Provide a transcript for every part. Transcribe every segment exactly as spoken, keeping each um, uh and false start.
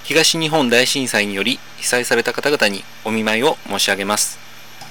東日本大震災により被災された方々にお見舞いを申し上げます。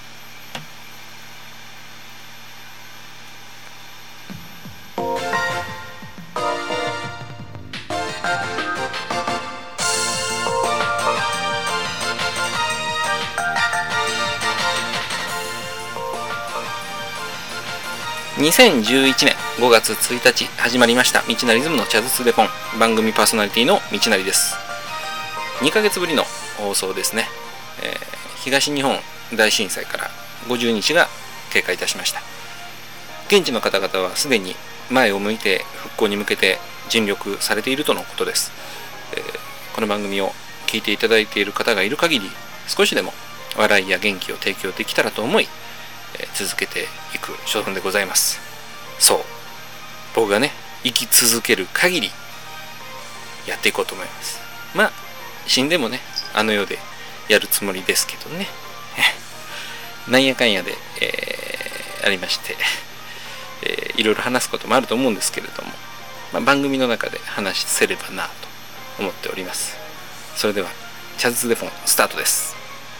にせんじゅういちねんごがつついたち始まりました道なりズムのチャズツデポン。番組パーソナリティの道なりです。にかげつぶりの放送ですね、えー、東日本大震災からごじゅうにちが経過いたしました。現地の方々はすでに前を向いて復興に向けて尽力されているとのことです。えー、この番組を聞いていただいている方がいる限り少しでも笑いや元気を提供できたらと思い続けていく所存でございます。そう、僕がね生き続ける限りやっていこうと思います。まあ死んでもねあの世でやるつもりですけどねなんやかんやで、えー、ありまして、えー、いろいろ話すこともあると思うんですけれども、まあ、番組の中で話せればなと思っております。それではチャズツデフォンスタートです。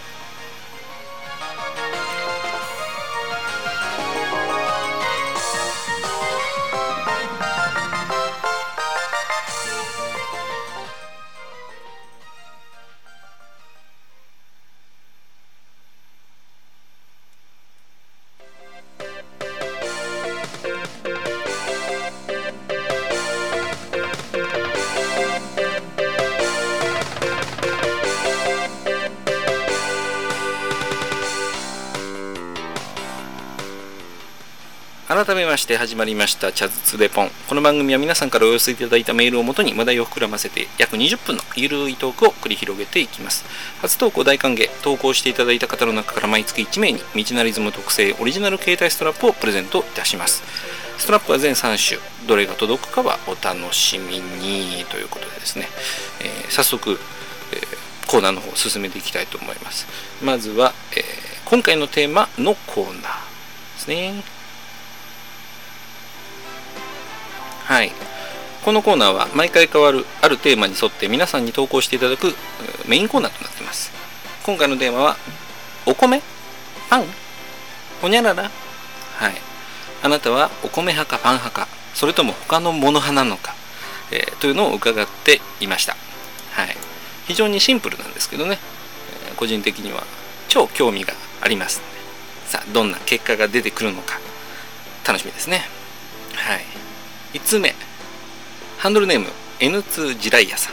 改めまして始まりましたチャズツデポン。この番組は皆さんからお寄せいただいたメールをもとに話題を膨らませて約にじゅっぷんのゆるいトークを繰り広げていきます。初投稿大歓迎。投稿していただいた方の中から毎月いちめいに道なりズム特製オリジナル携帯ストラップをプレゼントいたします。ストラップは全さんしゅ、どれが届くかはお楽しみにということでですね、えー、早速、えー、コーナーの方を進めていきたいと思います。まずは、えー、今回のテーマのコーナーですね。はい、このコーナーは毎回変わるあるテーマに沿って皆さんに投稿していただくメインコーナーとなっています。今回のテーマはお米？パン？ほにゃらら？はい、あなたはお米派かパン派か、それとも他のもの派なのか、えー、というのを伺っていました。はい、非常にシンプルなんですけどね、えー、個人的には超興味がありますので、さあどんな結果が出てくるのか楽しみですね。はい、いつつめ、ハンドルネーム エヌツー ジライヤさん。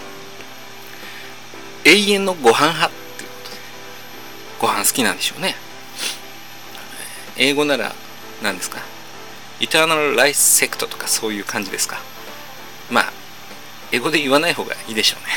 永遠のご飯派ということで、ご飯好きなんでしょうね。英語なら何ですか、イターナルライスセクトとかそういう感じですか。まあ英語で言わない方がいいでしょうね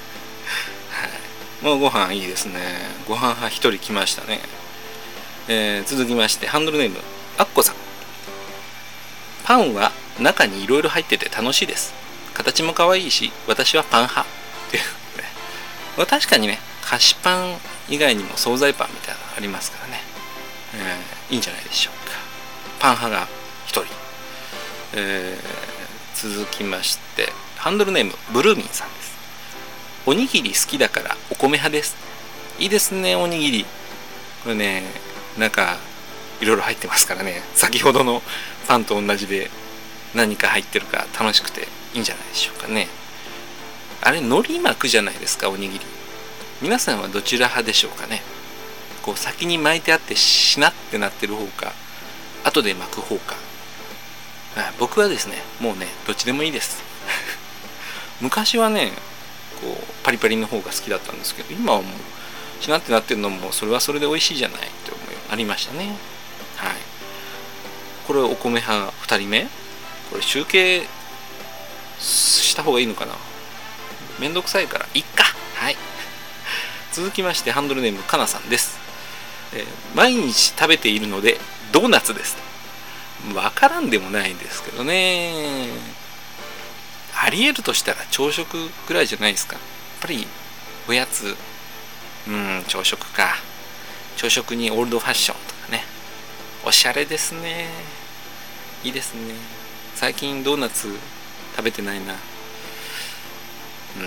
はい、もうご飯いいですね。ご飯派ひとり来ましたね。えー、続きましてハンドルネームアッコさん。パンは中にいろいろ入ってて楽しいです。形も可愛いし、私はパン派っていうね。まあ、確かにね、菓子パン以外にも惣菜パンみたいなのありますからね、えー、いいんじゃないでしょうか。パン派がひとり、えー、続きましてハンドルネームブルーミンさんです。おにぎり好きだからお米派です。いいですね、おにぎり。これね、なんかいろいろ入ってますからね。先ほどのパンと同じで何か入ってるか楽しくていいんじゃないでしょうかね。あれ海苔巻くじゃないですか、おにぎり。皆さんはどちら派でしょうかね。こう先に巻いてあってしなってなってる方か、後で巻く方か。僕はですね、もうねどっちでもいいです昔はねこうパリパリの方が好きだったんですけど、今はもうしなってなってるのもそれはそれで美味しいじゃないって思いありましたね。はい、これお米派ふたりめ。これ集計した方がいいのかな、めんどくさいからいっか。はい、続きましてハンドルネームかなさんです。えー、毎日食べているのでドーナツです。わからんでもないんですけどね。ありえるとしたら朝食ぐらいじゃないですか。やっぱりおやつ、うん、朝食か。朝食にオールドファッションとかね、おしゃれですね。いいですね。最近ドーナツ食べてないな。うん、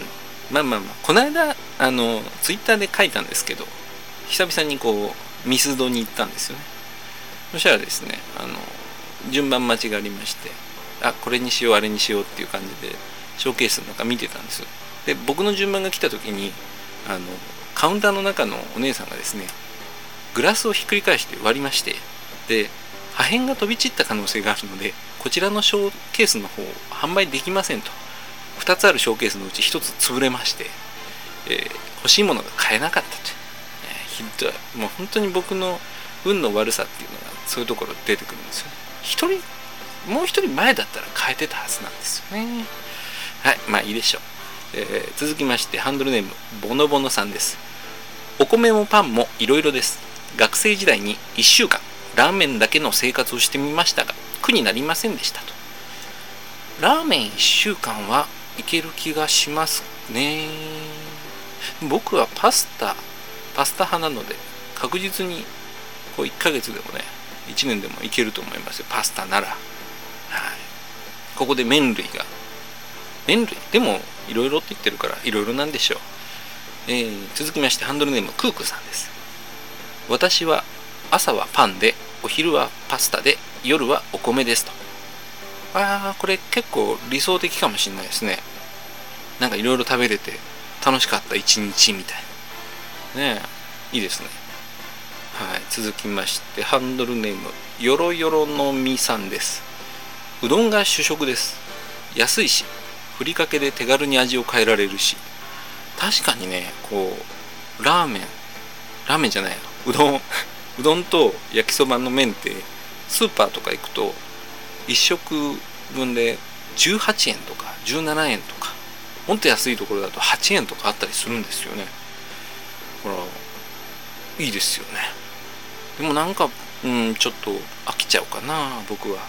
まあまあまあこの間あのツイッターで書いたんですけど、久々にこうミスドに行ったんですよね。そしたらですね、あの順番待ちがありまして、あこれにしようあれにしようっていう感じでショーケースの中見てたんです。で僕の順番が来た時にあのカウンターの中のお姉さんがですね、グラスをひっくり返して割りまして、で破片が飛び散った可能性があるのでこちらのショーケースの方を販売できませんと。ふたつあるショーケースのうちひとつ潰れまして、えー、欲しいものが買えなかったと、えー、ひどい。もう本当に僕の運の悪さっていうのがそういうところ出てくるんですよね。一人もう一人前だったら買えてたはずなんですよね。はい、まあいいでしょう。えー、続きましてハンドルネームボノボノさんです。お米もパンもいろいろです。学生時代にいっしゅうかんラーメンだけの生活をしてみましたが苦になりませんでしたと。ラーメンいっしゅうかんはいける気がしますね。僕はパスタパスタ派なので確実にこういっかげつでもねいちねんでもいけると思いますよ、パスタなら。はい、ここで麺類が麺類でもいろいろって言ってるからいろいろなんでしょう。えー、続きましてハンドルネームクークさんです。私は朝はパンでお昼はパスタで夜はお米ですと。あーこれ結構理想的かもしれないですね。なんかいろいろ食べれて楽しかった一日みたいなねえ、いいですね。はい、続きましてハンドルネームよろよろのみさんです。うどんが主食です。安いしふりかけで手軽に味を変えられるし、確かにねこうラーメンラーメンじゃないようどんうどんと焼きそばの麺ってスーパーとか行くといっ食分でじゅうはちえんとかじゅうななえんとか、もっと安いところだとはちえんとかあったりするんですよね。ほらいいですよね。でもなんかうんちょっと飽きちゃうかな僕は。はい、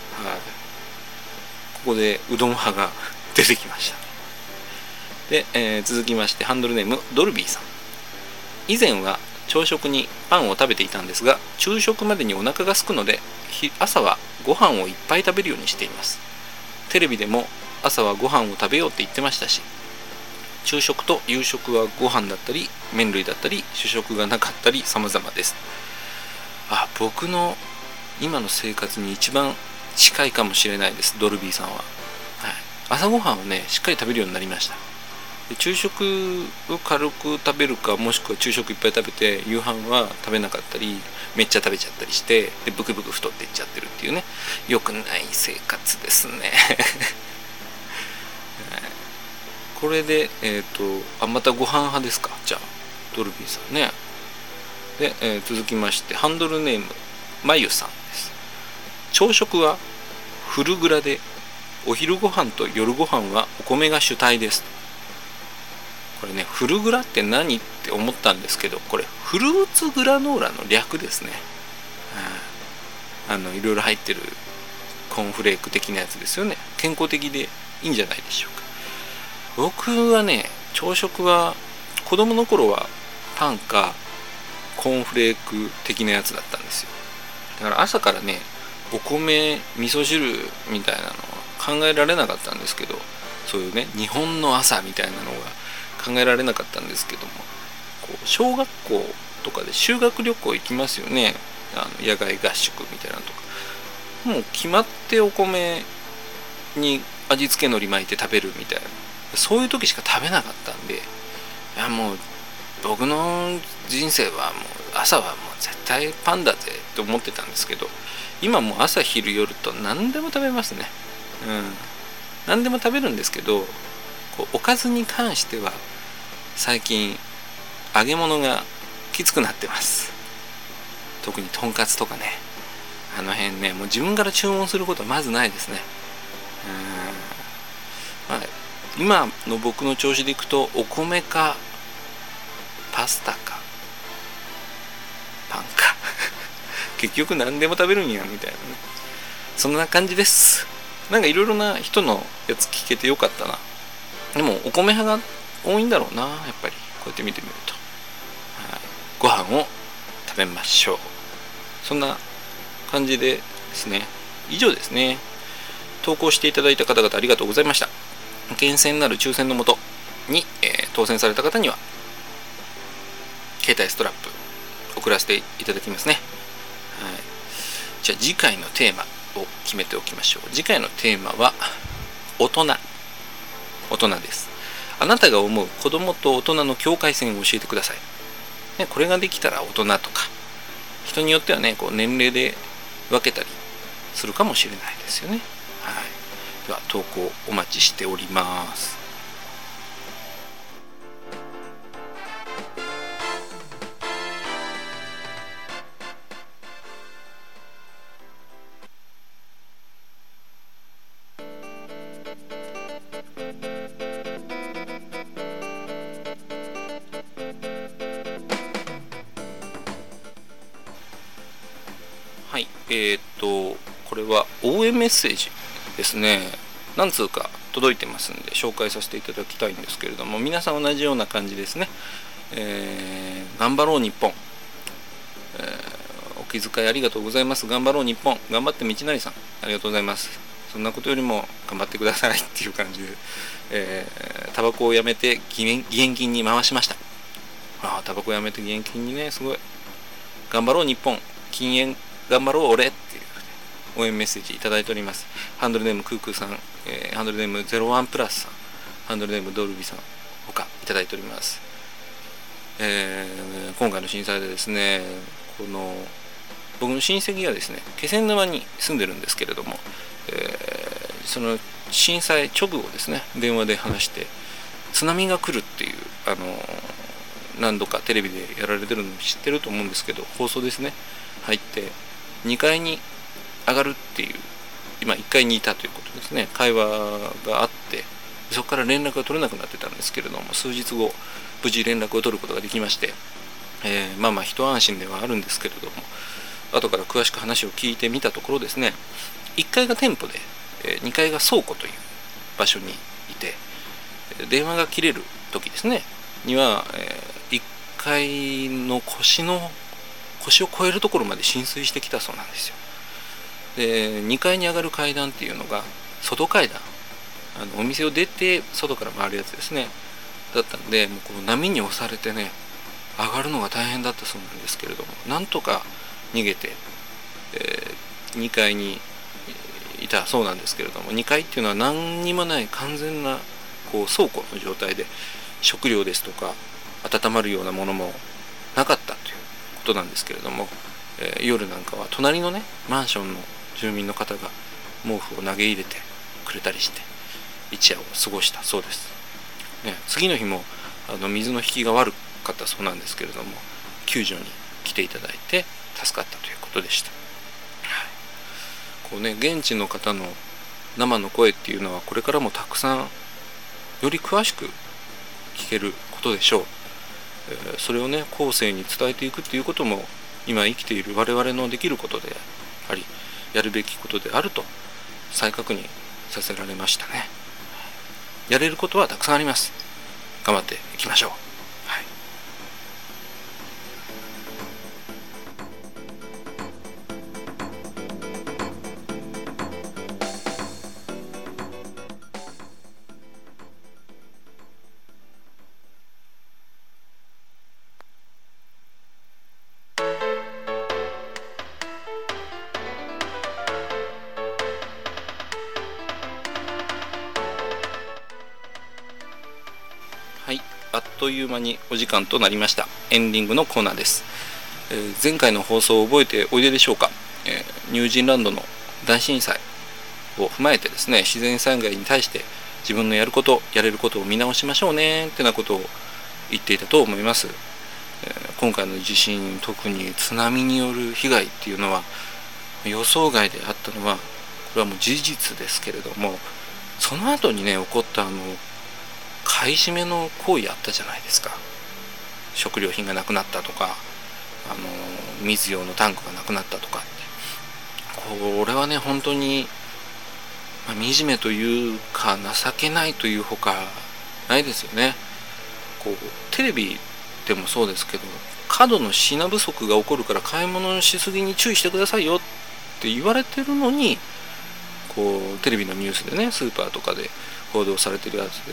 ここでうどん派が出てきました。で、えー、続きましてハンドルネームドルビーさん。以前は朝食にパンを食べていたんですが昼食までにお腹が空くので朝はご飯をいっぱい食べるようにしています。テレビでも朝はご飯を食べようって言ってましたし、昼食と夕食はご飯だったり麺類だったり主食がなかったり様々です。あ、僕の今の生活に一番近いかもしれないです、ドルビーさんは。はい、朝ごはんをねしっかり食べるようになりました。で昼食を軽く食べるか、もしくは昼食いっぱい食べて夕飯は食べなかったりめっちゃ食べちゃったりしてでブクブク太っていっちゃってるっていうね、良くない生活ですね。これでえっ、ー、とあまたご飯派ですか、じゃあドルビーさんね。で、えー、続きましてハンドルネームまゆさんです。朝食はフルグラでお昼ご飯と夜ご飯はお米が主体です。これねフルグラって何って思ったんですけど、これフルーツグラノーラの略ですね。あのいろいろ入ってるコーンフレーク的なやつですよね。健康的でいいんじゃないでしょうか。僕はね朝食は子供の頃はパンかコーンフレーク的なやつだったんですよ。だから朝からねお米味噌汁みたいなのは考えられなかったんですけど、そういうね日本の朝みたいなのが考えられなかったんですけども、こう小学校とかで修学旅行行きますよね。あの野外合宿みたいなのとか、もう決まってお米に味付け海苔巻いて食べるみたいな、そういう時しか食べなかったんで、いやもう僕の人生はもう朝はもう絶対パンだぜって思ってたんですけど、今もう朝昼夜と何でも食べますね。うん何でも食べるんですけど、こうおかずに関しては最近揚げ物がきつくなってます。特にとんかつとかね、あの辺ねもう自分から注文することはまずないですね。うん、まあ、今の僕の調子でいくとお米かパスタかパンか結局何でも食べるんやみたいなね、そんな感じです。なんかいろいろな人のやつ聞けてよかったな。でもお米派が多いんだろうな、やっぱりこうやって見てみると。はい、ご飯を食べましょう。そんな感じでですね、以上ですね。投稿していただいた方々ありがとうございました。厳選なる抽選のもとに、えー、当選された方には携帯ストラップ送らせていただきますね。はい、じゃあ次回のテーマを決めておきましょう。次回のテーマは大人大人です。あなたが思う子供と大人の境界線を教えてください、ね、これができたら大人とか、人によってはねこう年齢で分けたりするかもしれないですよね。はい、では投稿お待ちしております。はい、えー、っとこれは応援メッセージですね。何通か届いてますんで紹介させていただきたいんですけれども、皆さん同じような感じですね。えー、頑張ろう日本、えー、お気遣いありがとうございます。頑張ろう日本、頑張って道成さんありがとうございます。そんなことよりも頑張ってくださいっていう感じで、えー、タバコをやめて義援、義援金に回しました。ああ、タバコやめて義援金にね、すごい。頑張ろう日本、禁煙頑張ろう俺っていう応援メッセージいただいております。ハンドルネームクークーさん、えー、ハンドルネームゼロワンプラスさん、ハンドルネームドルビさん他いただいております。えー、今回の震災でですね、この僕の親戚がですね気仙沼に住んでるんですけれども、えー、その震災直後ですね電話で話して、津波が来るっていう、あのー、何度かテレビでやられてるの知ってると思うんですけど、放送ですね入ってにかいに上がるっていう、今いっかいにいたということですね。会話があって、そこから連絡が取れなくなってたんですけれども、数日後無事連絡を取ることができまして、えー、まあまあ一安心ではあるんですけれども、後から詳しく話を聞いてみたところですね、いっかいが店舗でにかいが倉庫という場所にいて、電話が切れる時ですねには、いっかいの腰の腰を越えるところまで浸水してきたそうなんですよ。でにかいに上がる階段っていうのが外階段、あのお店を出て外から回るやつですねだったんで、もうこの波に押されてね上がるのが大変だったそうなんですけれども、なんとか逃げて、えー、にかいにいたそうなんですけれども、にかいっていうのは何にもない完全なこう倉庫の状態で、食料ですとか温まるようなものもなかったということなんですけれども、えー、夜なんかは隣のねマンションの住民の方が毛布を投げ入れてくれたりして一夜を過ごしたそうです、ね、次の日もあの水の引きが悪かったそうなんですけれども、救助に来ていただいて助かったということでした。はい、こうね現地の方の生の声っていうのはこれからもたくさんより詳しく聞けることでしょう。えー、それをね後世に伝えていくっていうことも今生きている我々のできることであり、やるべきことであると再確認させられましたね。やれることはたくさんあります。頑張っていきましょう。はい、はい、あっという間にお時間となりました。エンディングのコーナーです。えー、前回の放送を覚えておいででしょうか。えー、ニュージーランドの大震災を踏まえてですね、自然災害に対して自分のやることやれることを見直しましょうねってなことを言っていたと思います。えー、今回の地震、特に津波による被害っていうのは予想外であったのはこれはもう事実ですけれども、その後にね起こったあの買い占めの行為あったじゃないですか。食料品がなくなったとか、あの水用のタンクがなくなったとかって、これはね本当に、まあ、惨めというか情けないというほかないですよね。こうテレビでもそうですけど、過度の品不足が起こるから買い物しすぎに注意してくださいよって言われてるのに、こうテレビのニュースでねスーパーとかで報道されてるやつで、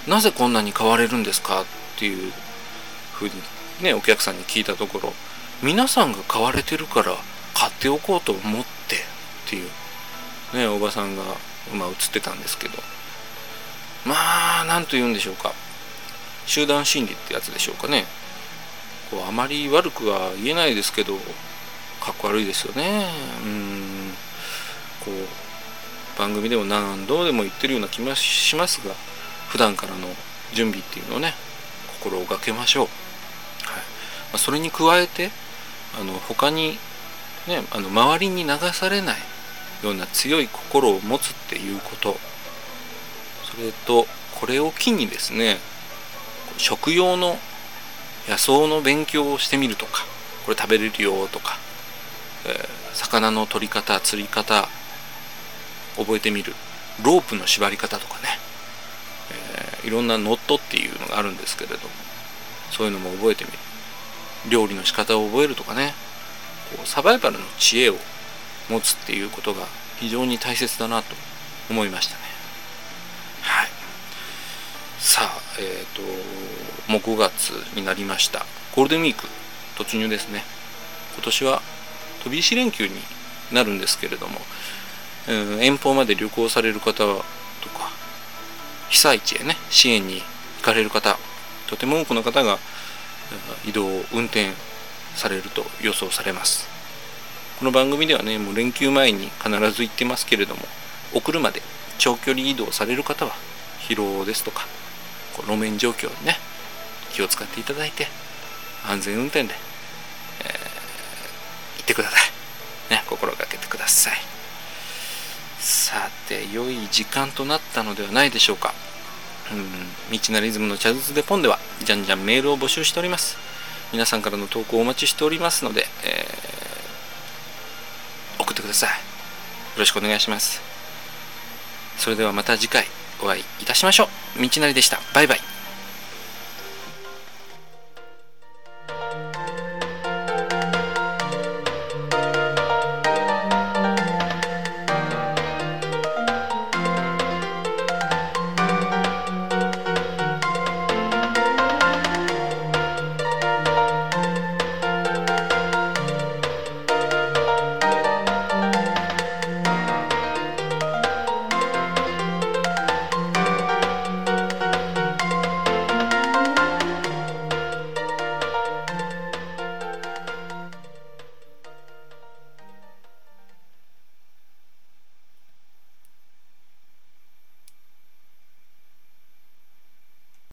なぜこんなに買われるんですかっていうふうにねお客さんに聞いたところ、皆さんが買われてるから買っておこうと思ってっていうねおばさんがまあ映ってたんですけど、まあなんと言うんでしょうか、集団心理ってやつでしょうかね。こうあまり悪くは言えないですけどかっこ悪いですよね。うーんこう番組でも何度でも言ってるような気もしますが、普段からの準備っていうのをね心がけましょう。はいまあ、それに加えてあの他にねあの周りに流されないような強い心を持つっていうこと、それとこれを機にですね食用の野草の勉強をしてみるとか、これ食べれるよとか、えー、魚の取り方釣り方覚えてみる、ロープの縛り方とかね、えー、いろんなノットっていうのがあるんですけれども、そういうのも覚えてみる、料理の仕方を覚えるとかね、こうサバイバルの知恵を持つっていうことが非常に大切だなと思いましたね。はい。さあ、えっともうごがつになりました。ゴールデンウィーク突入ですね。今年は飛び石連休になるんですけれども、うん、遠方まで旅行される方とか被災地へね支援に行かれる方、とても多くの方が移動を運転されると予想されます。この番組ではねもう連休前に必ず言ってますけれども、お車で長距離移動される方は疲労ですとかこう路面状況にね気を使っていただいて安全運転で、えー、行ってくださいね、心がけてください。さて良い時間となったのではないでしょうか。うん道なリズムの茶筒でポンではじゃんじゃんメールを募集しております。皆さんからの投稿をお待ちしておりますので、えー、送ってください。よろしくお願いします。それではまた次回お会いいたしましょう。道なりでした。バイバイ。